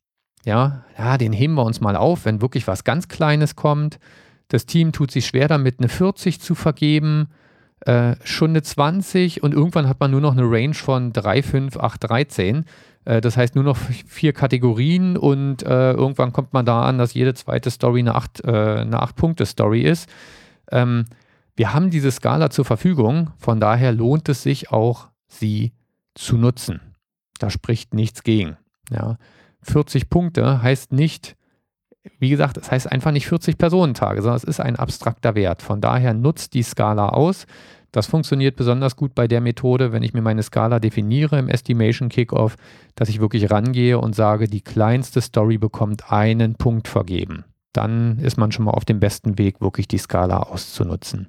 Ja, ja, den heben wir uns mal auf, wenn wirklich was ganz Kleines kommt. Das Team tut sich schwer damit, eine vierzig zu vergeben, äh, schon eine zwanzig und irgendwann hat man nur noch eine Range von drei, fünf, acht, dreizehn. Äh, das heißt nur noch vier Kategorien und äh, irgendwann kommt man da an, dass jede zweite Story eine acht, äh, eine acht-Punkte-Story ist. Ähm, wir haben diese Skala zur Verfügung, von daher lohnt es sich auch, sie zu nutzen. Da spricht nichts gegen. Ja. vierzig Punkte heißt nicht, wie gesagt, es heißt einfach nicht vierzig Personentage, sondern es ist ein abstrakter Wert. Von daher nutzt die Skala aus. Das funktioniert besonders gut bei der Methode, wenn ich mir meine Skala definiere im Estimation Kickoff, dass ich wirklich rangehe und sage, die kleinste Story bekommt einen Punkt vergeben. Dann ist man schon mal auf dem besten Weg, wirklich die Skala auszunutzen.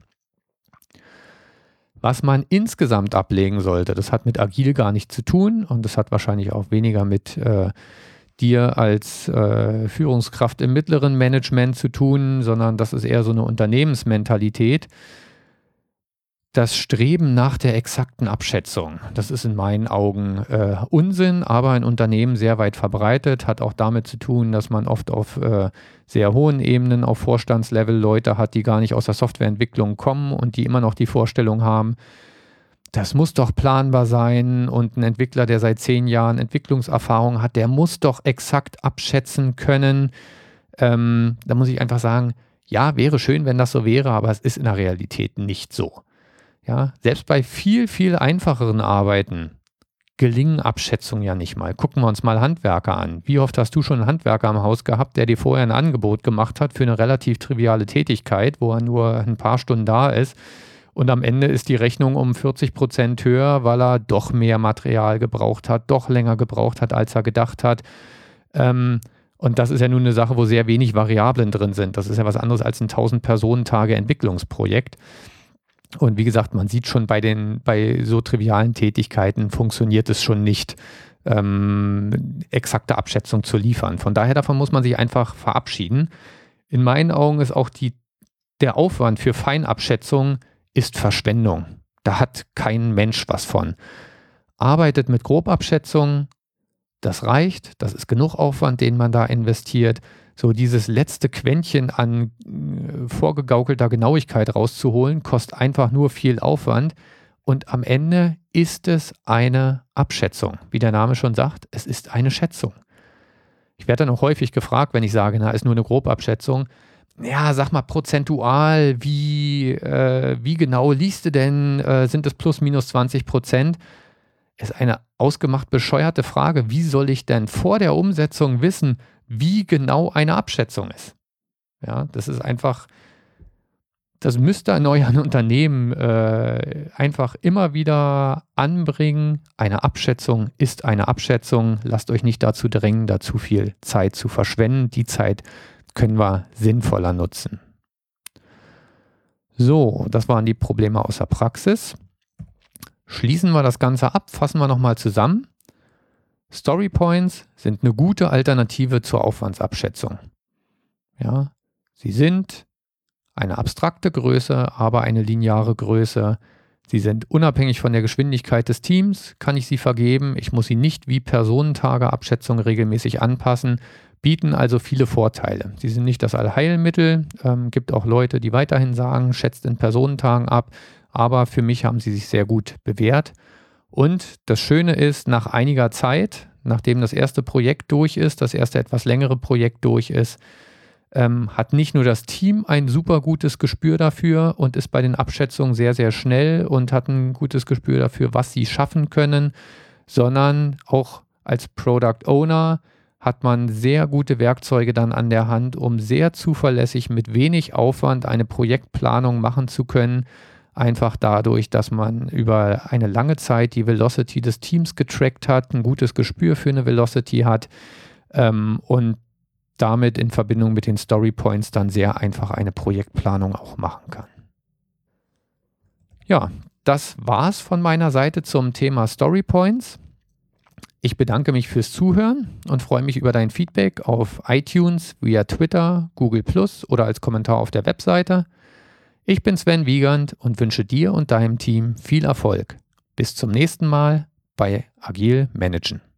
Was man insgesamt ablegen sollte, das hat mit Agil gar nichts zu tun und das hat wahrscheinlich auch weniger mit äh, dir als äh, Führungskraft im mittleren Management zu tun, sondern das ist eher so eine Unternehmensmentalität. Das Streben nach der exakten Abschätzung, das ist in meinen Augen äh, Unsinn, aber in Unternehmen sehr weit verbreitet, hat auch damit zu tun, dass man oft auf äh, sehr hohen Ebenen, auf Vorstandslevel Leute hat, die gar nicht aus der Softwareentwicklung kommen und die immer noch die Vorstellung haben, das muss doch planbar sein und ein Entwickler, der seit zehn Jahren Entwicklungserfahrung hat, der muss doch exakt abschätzen können. Ähm, da muss ich einfach sagen, ja, wäre schön, wenn das so wäre, aber es ist in der Realität nicht so. Ja, selbst bei viel, viel einfacheren Arbeiten gelingen Abschätzungen ja nicht mal. Gucken wir uns mal Handwerker an. Wie oft hast du schon einen Handwerker im Haus gehabt, der dir vorher ein Angebot gemacht hat für eine relativ triviale Tätigkeit, wo er nur ein paar Stunden da ist und am Ende ist die Rechnung um vierzig Prozent höher, weil er doch mehr Material gebraucht hat, doch länger gebraucht hat, als er gedacht hat. Ähm, und das ist ja nun eine Sache, wo sehr wenig Variablen drin sind. Das ist ja was anderes als ein tausend-Personen-Tage-Entwicklungsprojekt. Und wie gesagt, man sieht schon bei den, bei so trivialen Tätigkeiten funktioniert es schon nicht, ähm, exakte Abschätzung zu liefern. Von daher davon muss man sich einfach verabschieden. In meinen Augen ist auch die, der Aufwand für Feinabschätzung ist Verschwendung. Da hat kein Mensch was von. Arbeitet mit Grobabschätzung, das reicht, das ist genug Aufwand, den man da investiert. So dieses letzte Quäntchen an äh, vorgegaukelter Genauigkeit rauszuholen, kostet einfach nur viel Aufwand und am Ende ist es eine Abschätzung. Wie der Name schon sagt, es ist eine Schätzung. Ich werde dann auch häufig gefragt, wenn ich sage, na, ist nur eine Grobabschätzung. Ja, sag mal prozentual, wie, äh, wie genau liest du denn, äh, sind es plus minus zwanzig Prozent? Ist eine ausgemacht bescheuerte Frage. Wie soll ich denn vor der Umsetzung wissen, wie genau eine Abschätzung ist? Ja, das ist einfach, das müsst ihr in euren Unternehmen äh, einfach immer wieder anbringen. Eine Abschätzung ist eine Abschätzung. Lasst euch nicht dazu drängen, da zu viel Zeit zu verschwenden. Die Zeit können wir sinnvoller nutzen. So, das waren die Probleme aus der Praxis. Schließen wir das Ganze ab, fassen wir nochmal zusammen. Story Points sind eine gute Alternative zur Aufwandsabschätzung. Ja, sie sind eine abstrakte Größe, aber eine lineare Größe. Sie sind unabhängig von der Geschwindigkeit des Teams, kann ich sie vergeben. Ich muss sie nicht wie Personentageabschätzung regelmäßig anpassen, bieten also viele Vorteile. Sie sind nicht das Allheilmittel, ähm, gibt auch Leute, die weiterhin sagen, schätzt in Personentagen ab, aber für mich haben sie sich sehr gut bewährt. Und das Schöne ist, nach einiger Zeit, nachdem das erste Projekt durch ist, das erste etwas längere Projekt durch ist, ähm, hat nicht nur das Team ein super gutes Gespür dafür und ist bei den Abschätzungen sehr, sehr schnell und hat ein gutes Gespür dafür, was sie schaffen können, sondern auch als Product Owner hat man sehr gute Werkzeuge dann an der Hand, um sehr zuverlässig mit wenig Aufwand eine Projektplanung machen zu können. Einfach dadurch, dass man über eine lange Zeit die Velocity des Teams getrackt hat, ein gutes Gespür für eine Velocity hat ähm, und damit in Verbindung mit den Story Points dann sehr einfach eine Projektplanung auch machen kann. Ja, das war's von meiner Seite zum Thema Story Points. Ich bedanke mich fürs Zuhören und freue mich über dein Feedback auf iTunes, via Twitter, Google Plus oder als Kommentar auf der Webseite. Ich bin Sven Wiegand und wünsche dir und deinem Team viel Erfolg. Bis zum nächsten Mal bei Agil Managen.